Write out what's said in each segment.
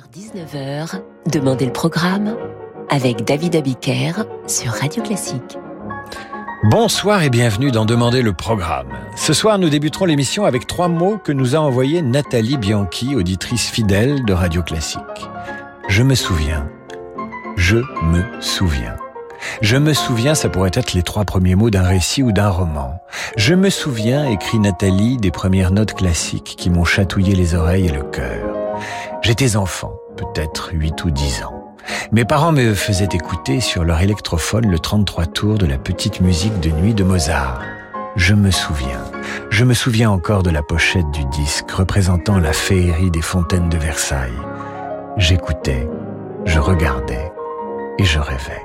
18h-19h, Demandez le programme avec David Abiker sur Radio Classique. Bonsoir et bienvenue dans Demandez le programme. Ce soir, nous débuterons l'émission avec 3 mots que nous a envoyés Nathalie Bianchi, auditrice fidèle de Radio Classique. Je me souviens. Je me souviens. Je me souviens, ça pourrait être les 3 premiers mots d'un récit ou d'un roman. Je me souviens, écrit Nathalie, des premières notes classiques qui m'ont chatouillé les oreilles et le cœur. J'étais enfant, peut-être 8 ou 10 ans. Mes parents me faisaient écouter sur leur électrophone le 33 tours de la petite musique de nuit de Mozart. Je me souviens encore de la pochette du disque représentant la féerie des fontaines de Versailles. J'écoutais, je regardais et je rêvais.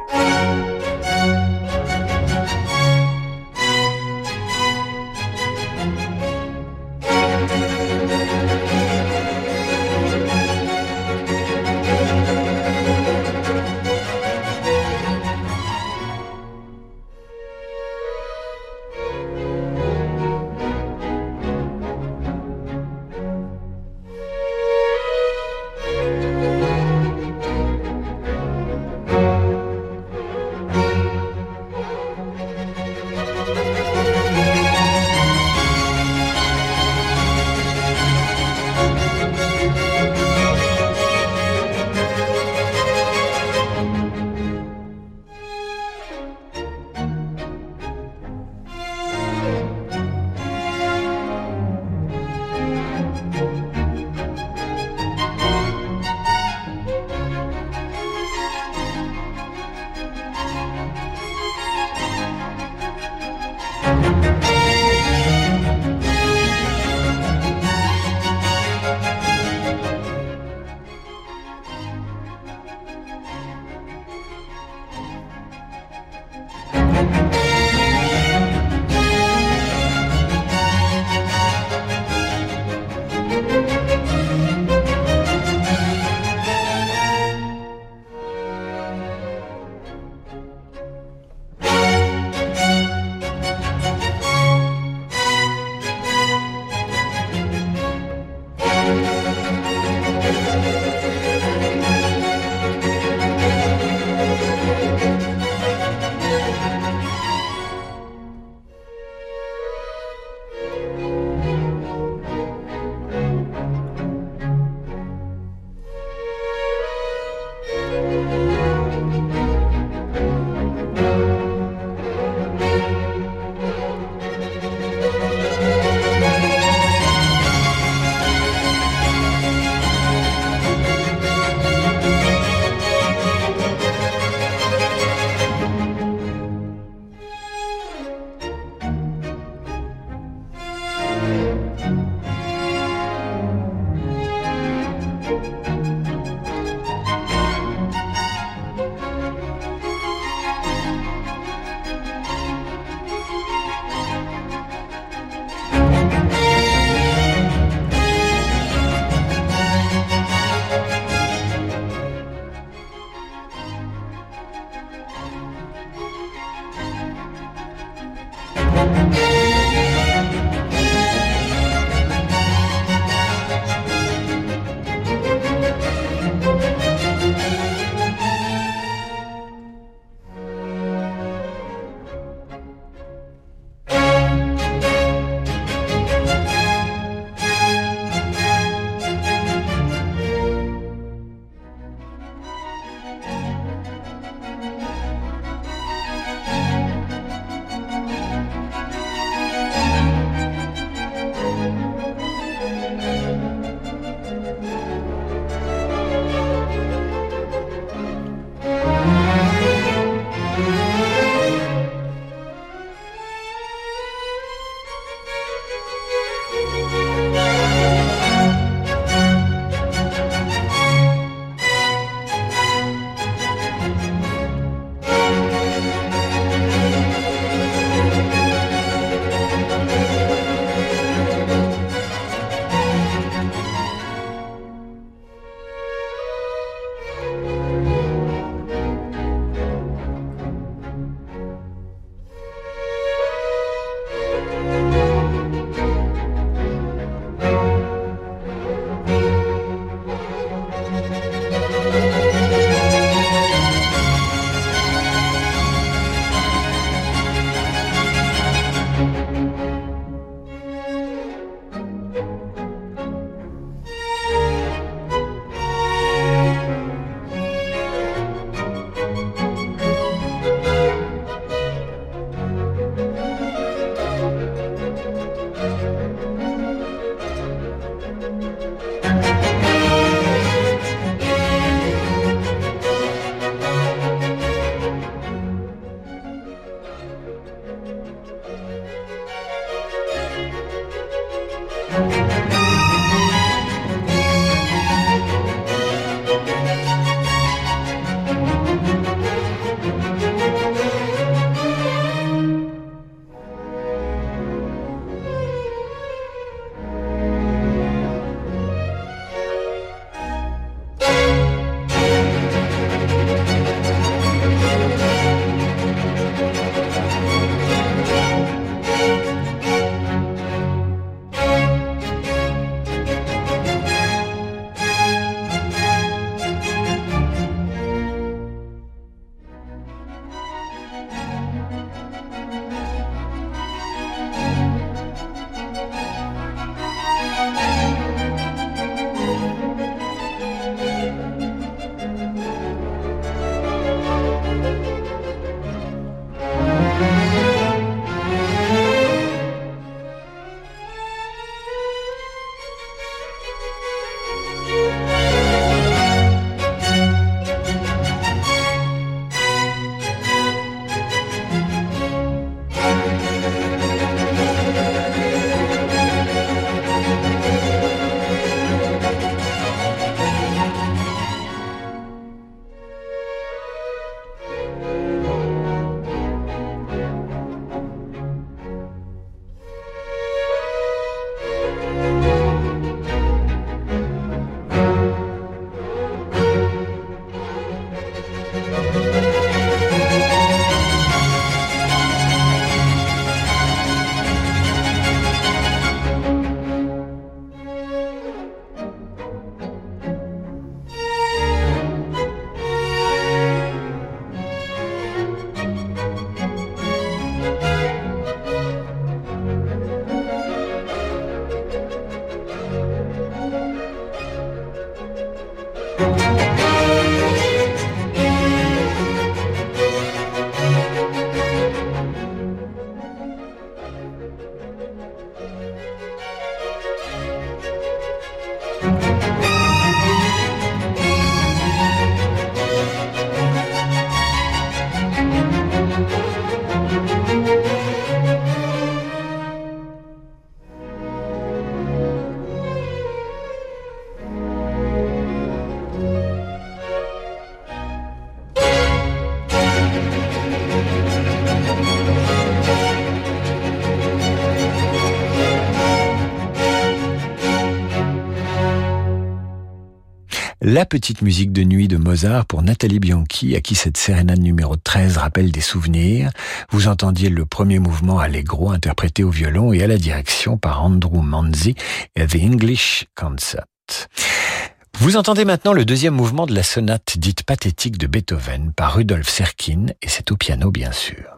La petite musique de nuit de Mozart pour Nathalie Bianchi, à qui cette sérénade numéro 13 rappelle des souvenirs. Vous entendiez le premier mouvement allegro interprété au violon et à la direction par Andrew Manzi et The English Concert. Vous entendez maintenant le deuxième mouvement de la sonate dite pathétique de Beethoven par Rudolf Serkin, et c'est au piano bien sûr.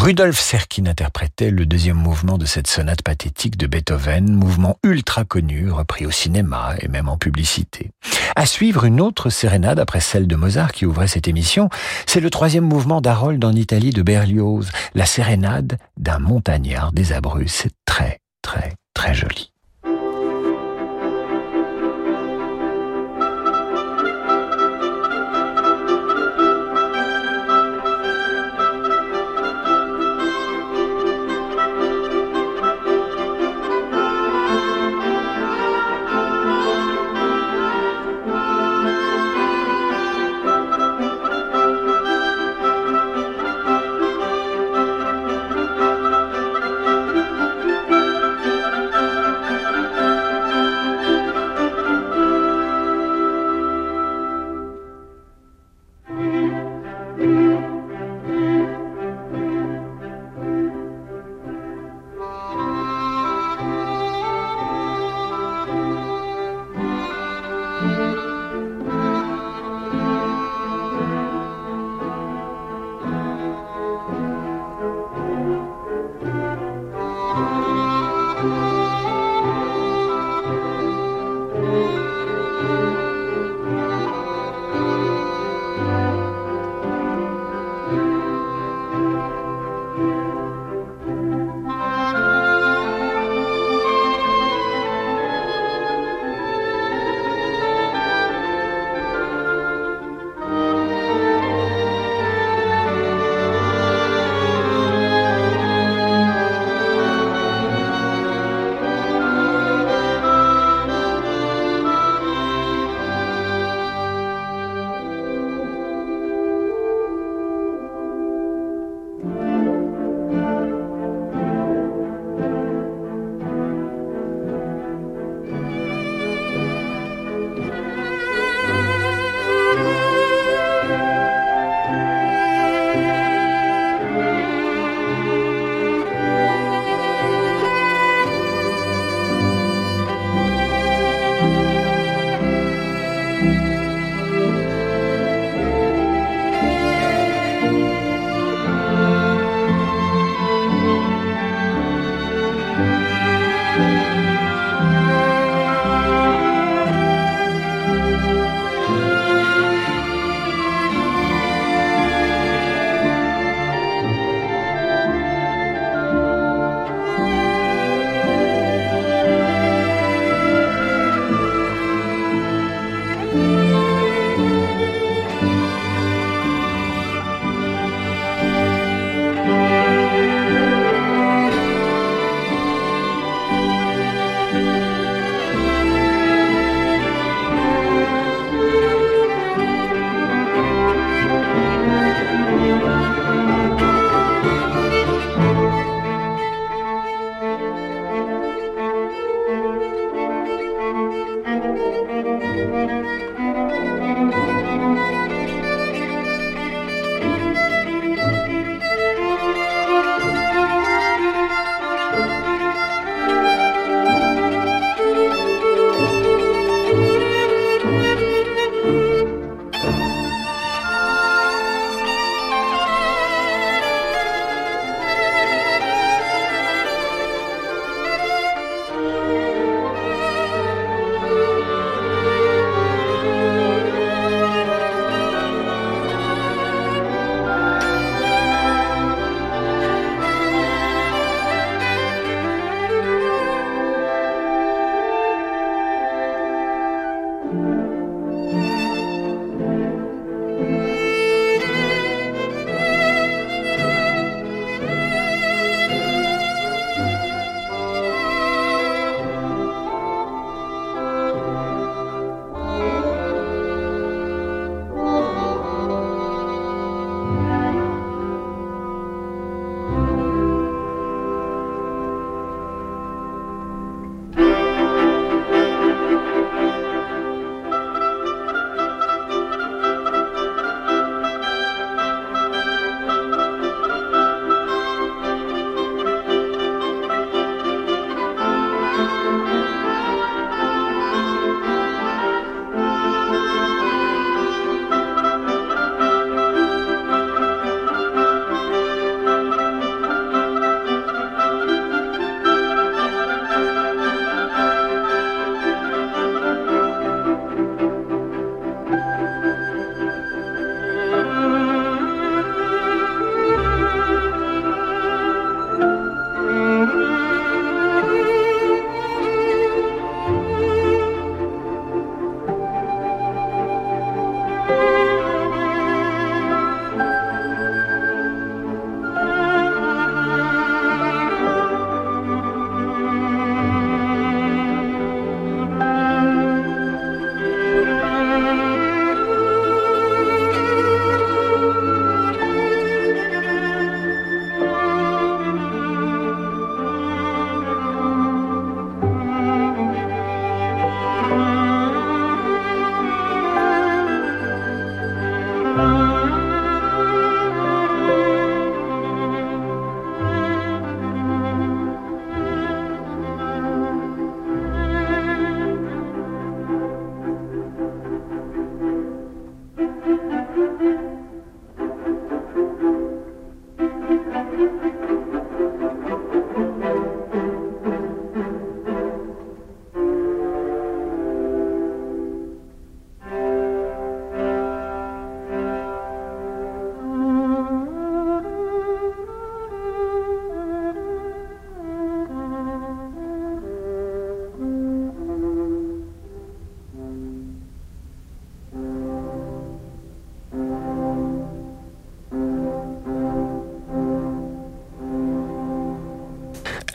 Rudolf Serkin interprétait le deuxième mouvement de cette sonate pathétique de Beethoven, mouvement ultra connu, repris au cinéma et même en publicité. À suivre, une autre sérénade après celle de Mozart qui ouvrait cette émission, c'est le troisième mouvement d'Harold en Italie de Berlioz, la sérénade d'un montagnard des Abruzzes. C'est très, très, très joli.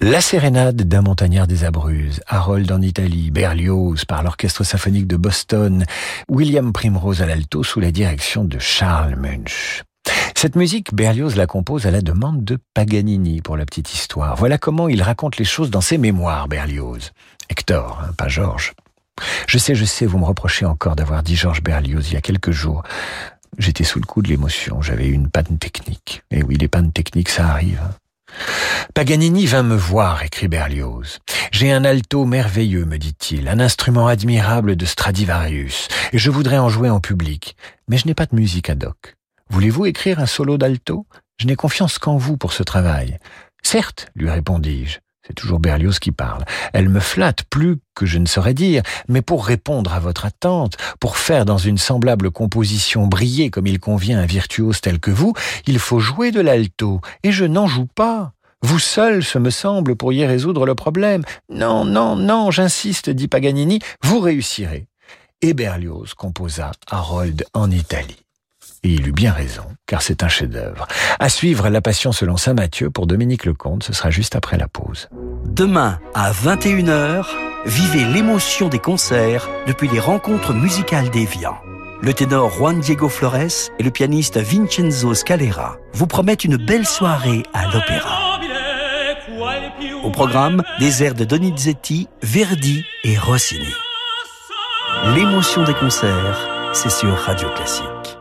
La sérénade d'un montagnard des Abruzzes, Harold en Italie, Berlioz par l'Orchestre symphonique de Boston, William Primrose à l'alto sous la direction de Charles Munch. Cette musique, Berlioz la compose à la demande de Paganini pour la petite histoire. Voilà comment il raconte les choses dans ses mémoires, Berlioz. Hector, pas Georges. Je sais, vous me reprochez encore d'avoir dit Georges Berlioz il y a quelques jours. J'étais sous le coup de l'émotion, j'avais eu une panne technique. Et oui, les pannes techniques, ça arrive. Paganini vint me voir, écrit Berlioz. J'ai un alto merveilleux, me dit-il, un instrument admirable de Stradivarius, et je voudrais en jouer en public. Mais je n'ai pas de musique ad hoc. Voulez-vous écrire un solo d'alto ? Je n'ai confiance qu'en vous pour ce travail. Certes, lui répondis-je. C'est toujours Berlioz qui parle. Elle me flatte plus que je ne saurais dire, mais pour répondre à votre attente, pour faire dans une semblable composition briller comme il convient à un virtuose tel que vous, il faut jouer de l'alto, et je n'en joue pas. Vous seul, ce me semble, pourriez résoudre le problème. Non, j'insiste, dit Paganini, vous réussirez. Et Berlioz composa Harold en Italie. Et il eut bien raison, car c'est un chef-d'œuvre. À suivre La Passion selon saint Matthieu pour Dominique Lecomte, ce sera juste après la pause. Demain, à 21h, vivez l'émotion des concerts depuis les rencontres musicales d'Évian. Le ténor Juan Diego Flores et le pianiste Vincenzo Scalera vous promettent une belle soirée à l'opéra. Au programme, des airs de Donizetti, Verdi et Rossini. L'émotion des concerts, c'est sur Radio Classique.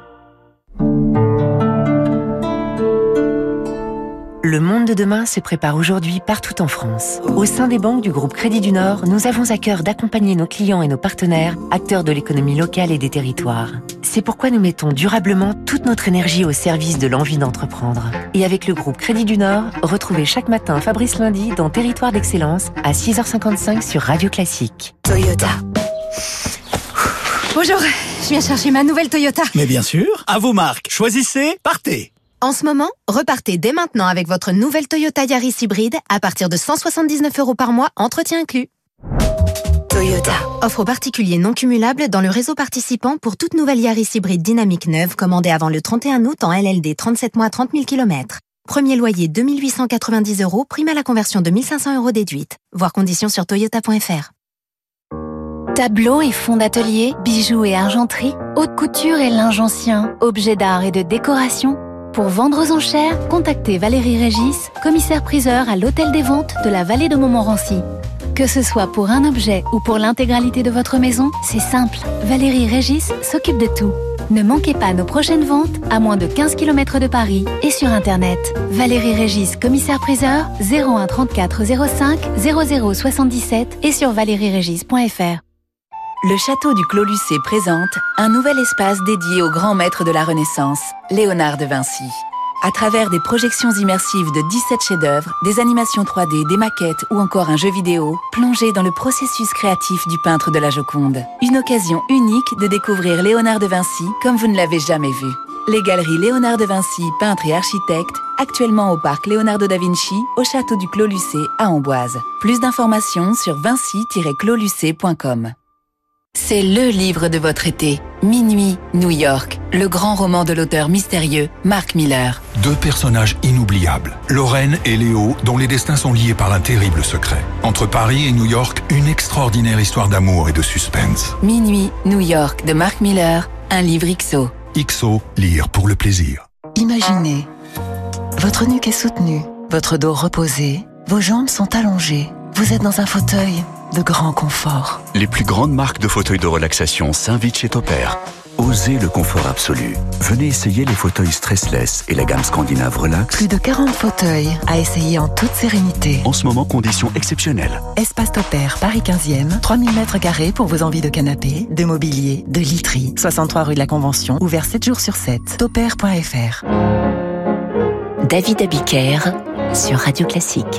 Le monde de demain se prépare aujourd'hui partout en France. Au sein des banques du groupe Crédit du Nord, nous avons à cœur d'accompagner nos clients et nos partenaires, acteurs de l'économie locale et des territoires. C'est pourquoi nous mettons durablement toute notre énergie au service de l'envie d'entreprendre. Et avec le groupe Crédit du Nord, retrouvez chaque matin Fabrice Lundy dans Territoire d'Excellence à 6h55 sur Radio Classique. Toyota. Bonjour, je viens chercher ma nouvelle Toyota. Mais bien sûr, à vos marques. Choisissez, partez. En ce moment, repartez dès maintenant avec votre nouvelle Toyota Yaris hybride à partir de 179 € par mois, entretien inclus. Toyota. Offre aux particuliers non cumulable dans le réseau participant pour toute nouvelle Yaris hybride dynamique neuve commandée avant le 31 août en LLD 37 mois 30 000 km. Premier loyer 2 890 €, prime à la conversion de 1 500 € déduite. Voir conditions sur toyota.fr. Tableaux et fonds d'atelier, bijoux et argenterie, haute couture et linge ancien, objets d'art et de décoration. Pour vendre aux enchères, contactez Valérie Régis, commissaire-priseur à l'Hôtel des Ventes de la Vallée de Montmorency. Que ce soit pour un objet ou pour l'intégralité de votre maison, c'est simple. Valérie Régis s'occupe de tout. Ne manquez pas nos prochaines ventes à moins de 15 km de Paris et sur Internet. Valérie Régis, commissaire-priseur, 01 34 05 00 77 et sur valérierégis.fr. Le château du Clos Lucé présente un nouvel espace dédié au grand maître de la Renaissance, Léonard de Vinci. À travers des projections immersives de 17 chefs-d'œuvre, des animations 3D, des maquettes ou encore un jeu vidéo, plongez dans le processus créatif du peintre de la Joconde. Une occasion unique de découvrir Léonard de Vinci comme vous ne l'avez jamais vu. Les galeries Léonard de Vinci, peintre et architecte, actuellement au parc Leonardo da Vinci, au château du Clos Lucé à Amboise. Plus d'informations sur vinci-closlucé.com. C'est le livre de votre été. Minuit, New York. Le grand roman de l'auteur mystérieux, Mark Miller. Deux personnages inoubliables, Lorraine et Léo, dont les destins sont liés par un terrible secret. Entre Paris et New York, une extraordinaire histoire d'amour et de suspense. Minuit, New York de Mark Miller, un livre XO. XO, lire pour le plaisir. Imaginez, votre nuque est soutenue, votre dos reposé, vos jambes sont allongées, vous êtes dans un fauteuil de grand confort. Les plus grandes marques de fauteuils de relaxation s'invitent chez Topair. Osez le confort absolu. Venez essayer les fauteuils stressless et la gamme scandinave Relax. Plus de 40 fauteuils à essayer en toute sérénité. En ce moment, conditions exceptionnelles. Espace Topair, Paris 15e, 3000 m² pour vos envies de canapé, de mobilier, de literie. 63 rue de la Convention, ouvert 7 jours sur 7. Topair.fr. David Abiker sur Radio Classique.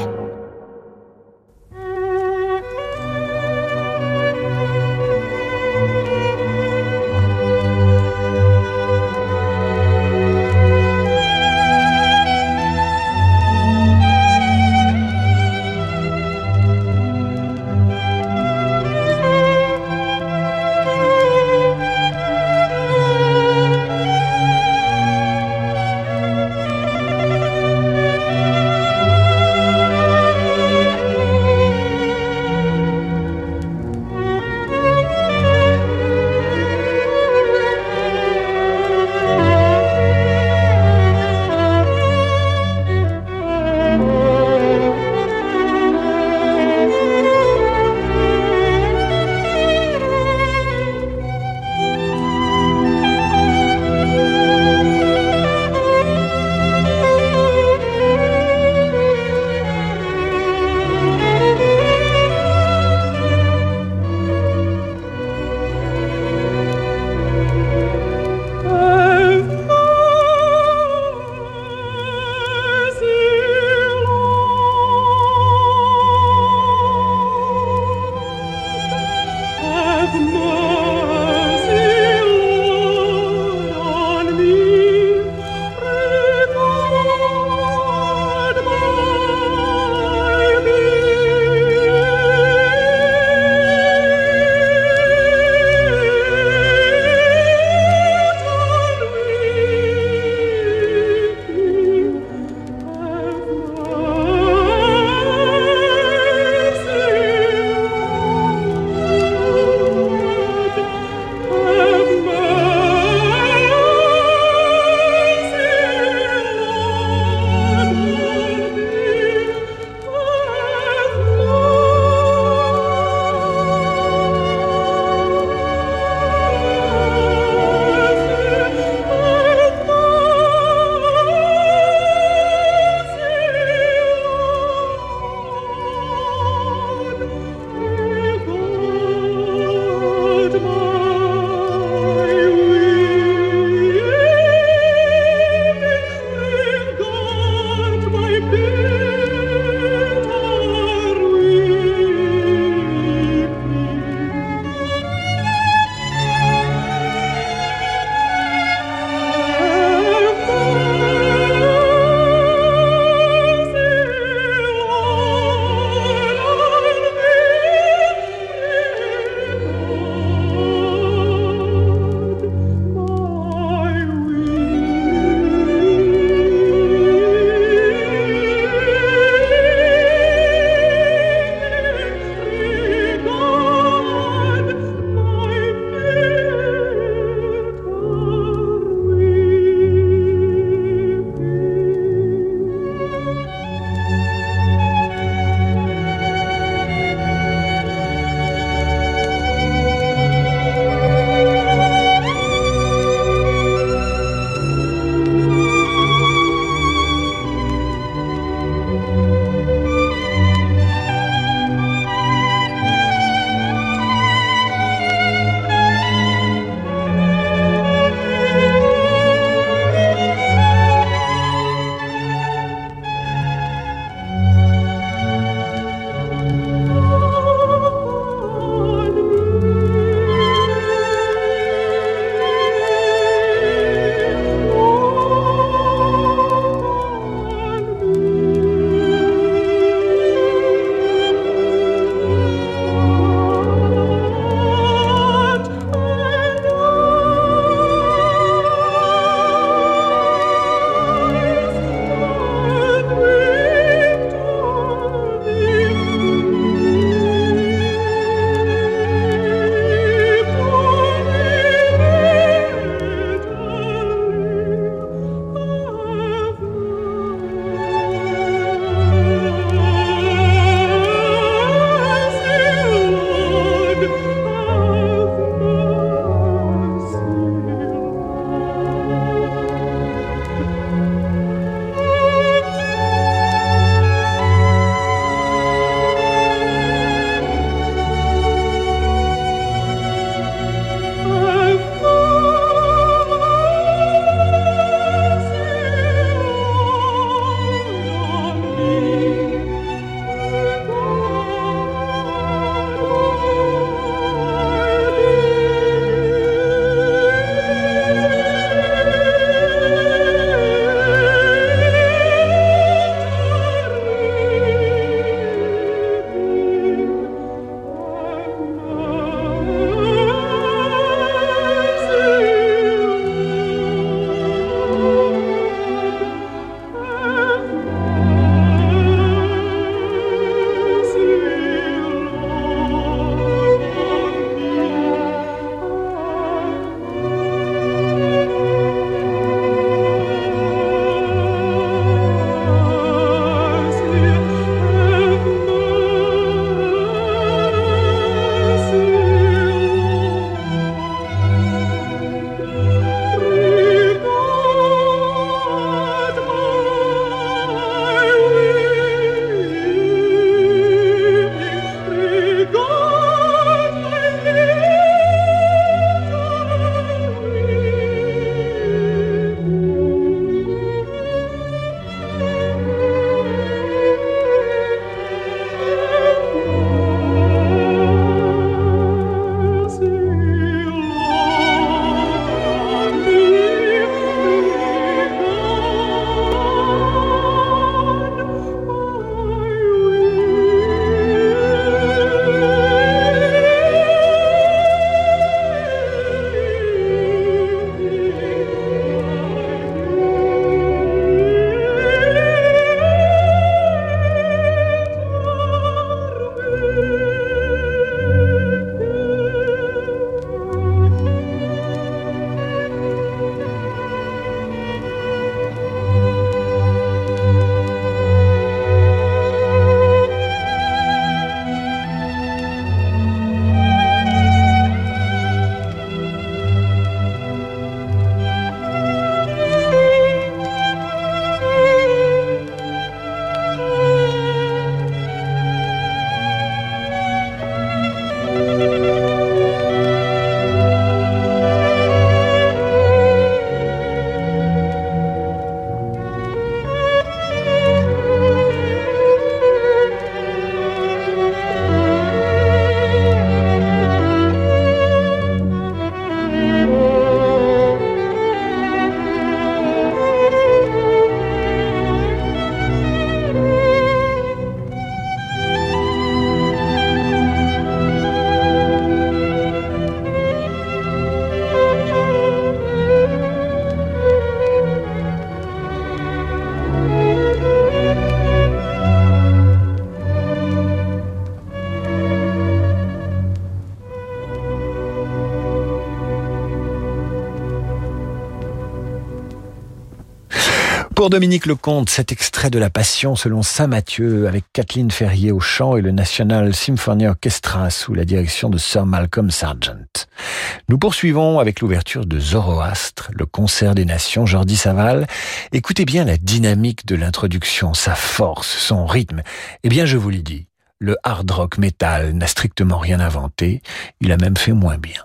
Pour Dominique Lecomte, cet extrait de la Passion selon saint Matthieu avec Kathleen Ferrier au chant et le National Symphony Orchestra sous la direction de Sir Malcolm Sargent. Nous poursuivons avec l'ouverture de Zoroastre, le concert des nations, Jordi Savall. Écoutez bien la dynamique de l'introduction, sa force, son rythme. Eh bien, je vous le dis, le hard rock metal n'a strictement rien inventé, il a même fait moins bien.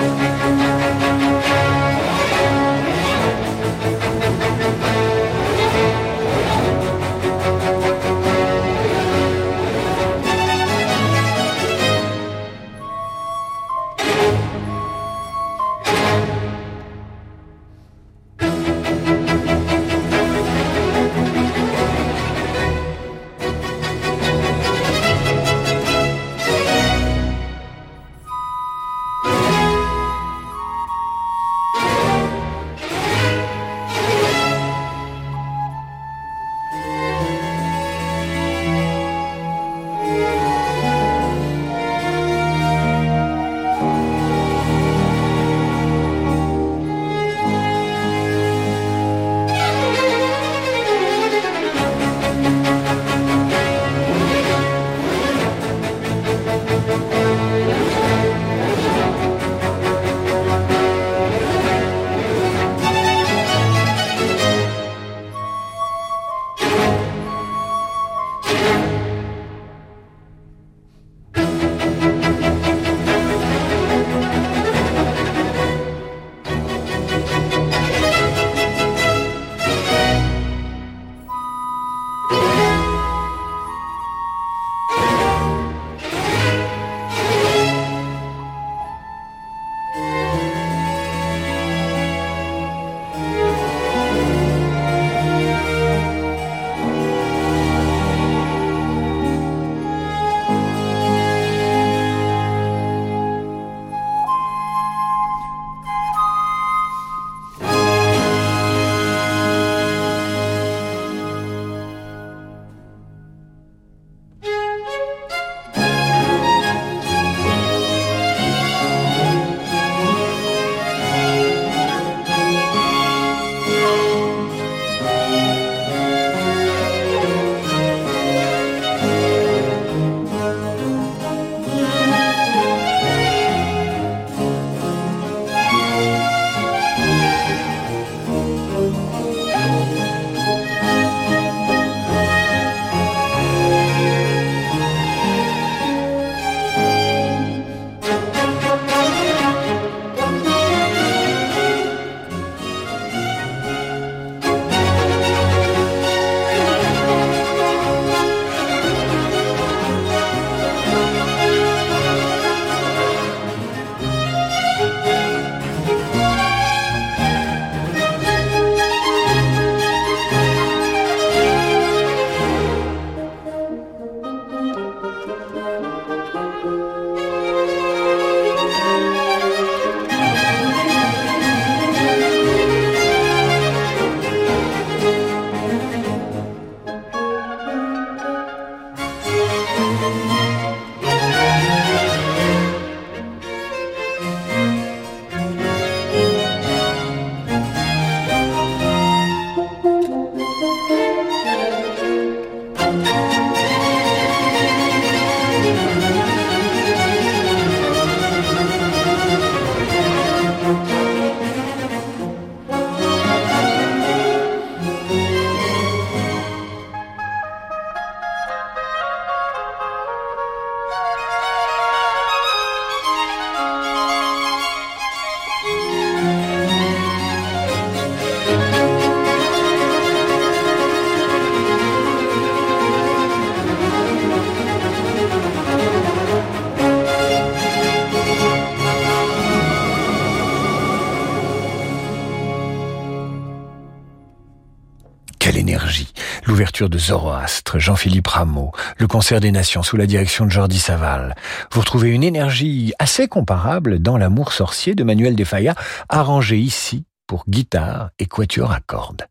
L'ouverture de Zoroastre, Jean-Philippe Rameau, le concert des nations sous la direction de Jordi Savall. Vous retrouvez une énergie assez comparable dans L'Amour sorcier de Manuel de Falla, arrangé ici pour guitare et quatuor à cordes.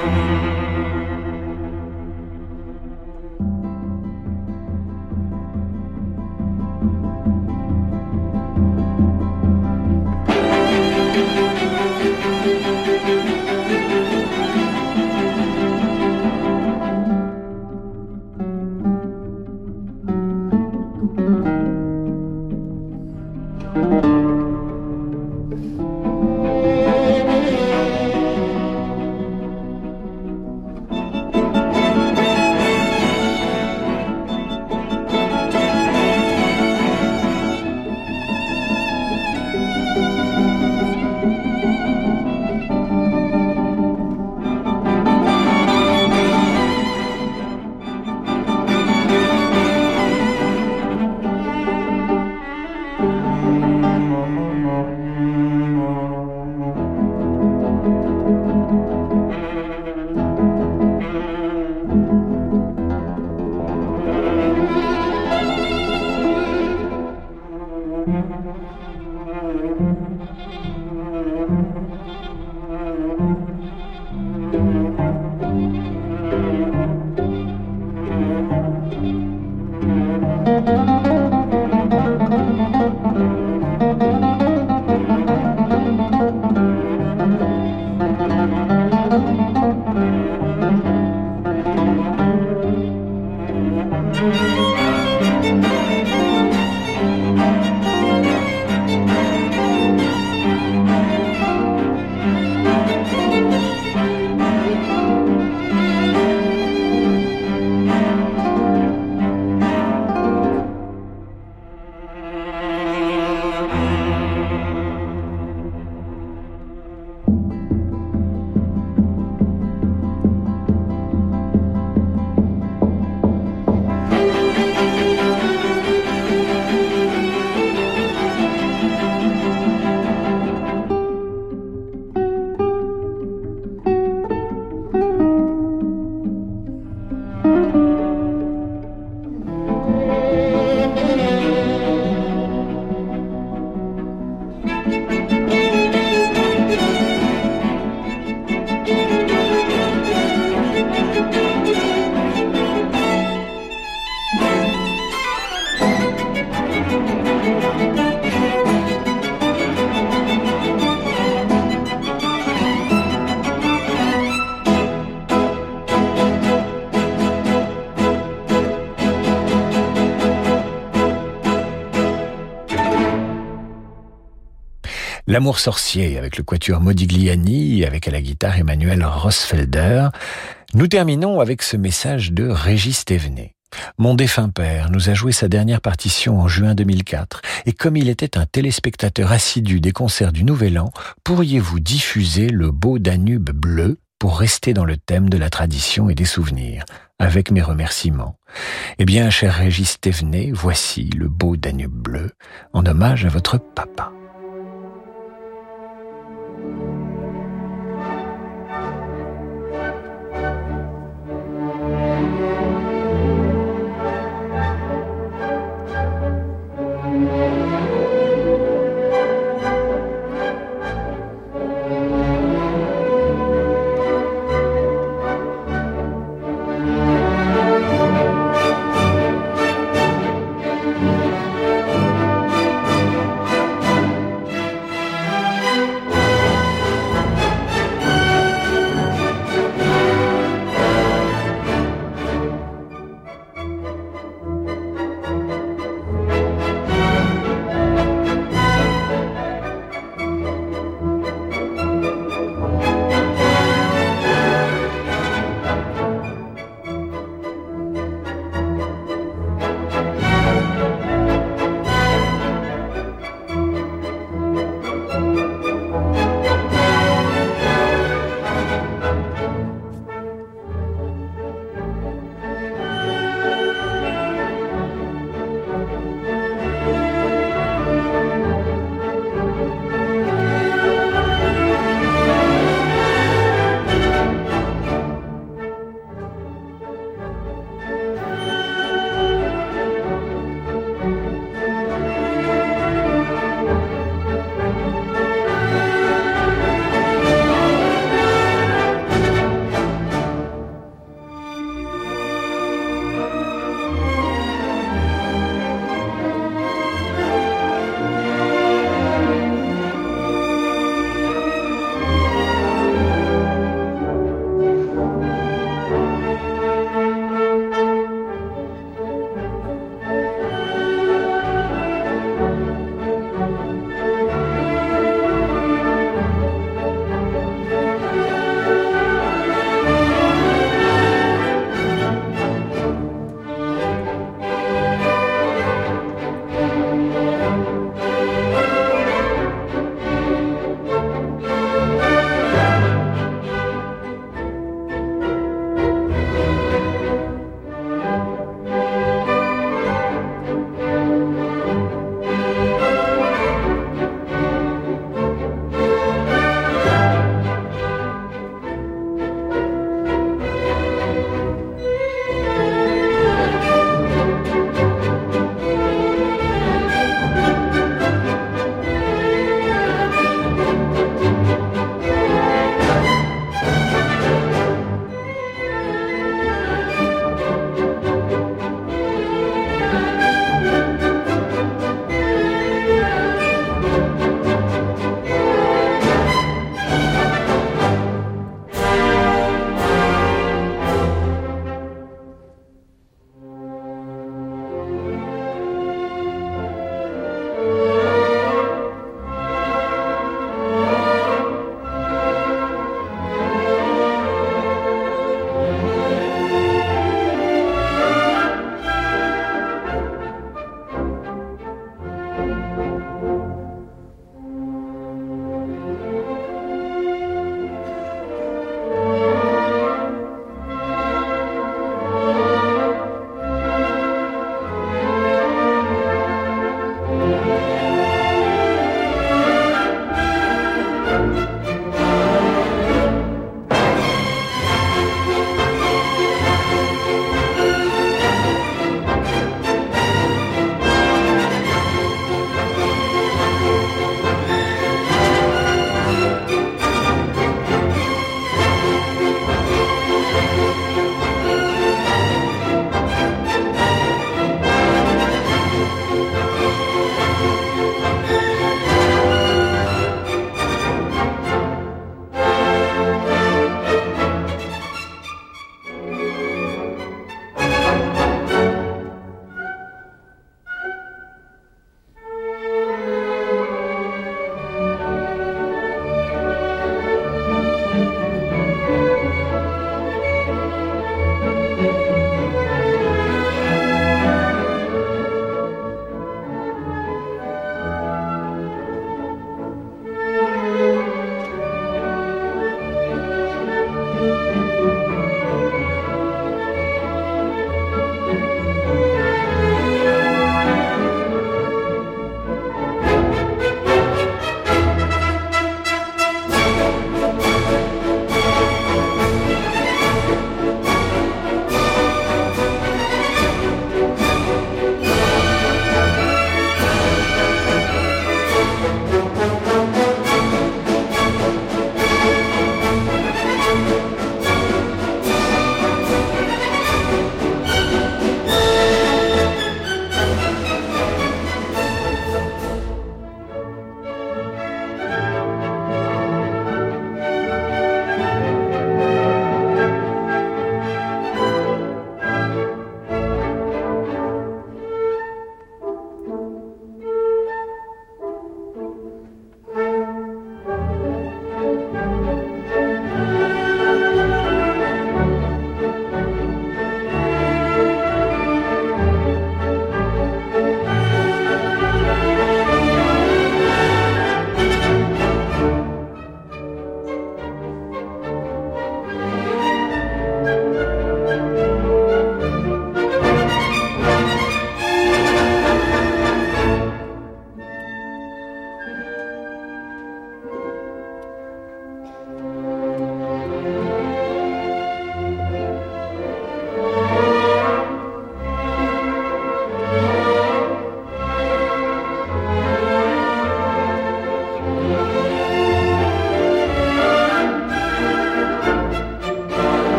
L'amour sorcier avec le quatuor Modigliani, avec à la guitare Emmanuel Rosfelder. Nous terminons avec ce message de Régis Thévenet. Mon défunt père nous a joué sa dernière partition en juin 2004 et comme il était un téléspectateur assidu des concerts du Nouvel An, pourriez-vous diffuser le beau Danube bleu pour rester dans le thème de la tradition et des souvenirs, avec mes remerciements. Eh bien, cher Régis Thévenet, voici le beau Danube bleu en hommage à votre papa.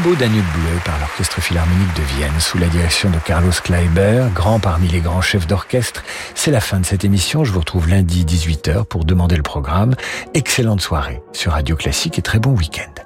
beau Danube bleu par l'Orchestre Philharmonique de Vienne sous la direction de Carlos Kleiber, grand parmi les grands chefs d'orchestre. C'est la fin de cette émission. Je vous retrouve lundi 18h pour demander le programme. Excellente soirée sur Radio Classique et très bon week-end.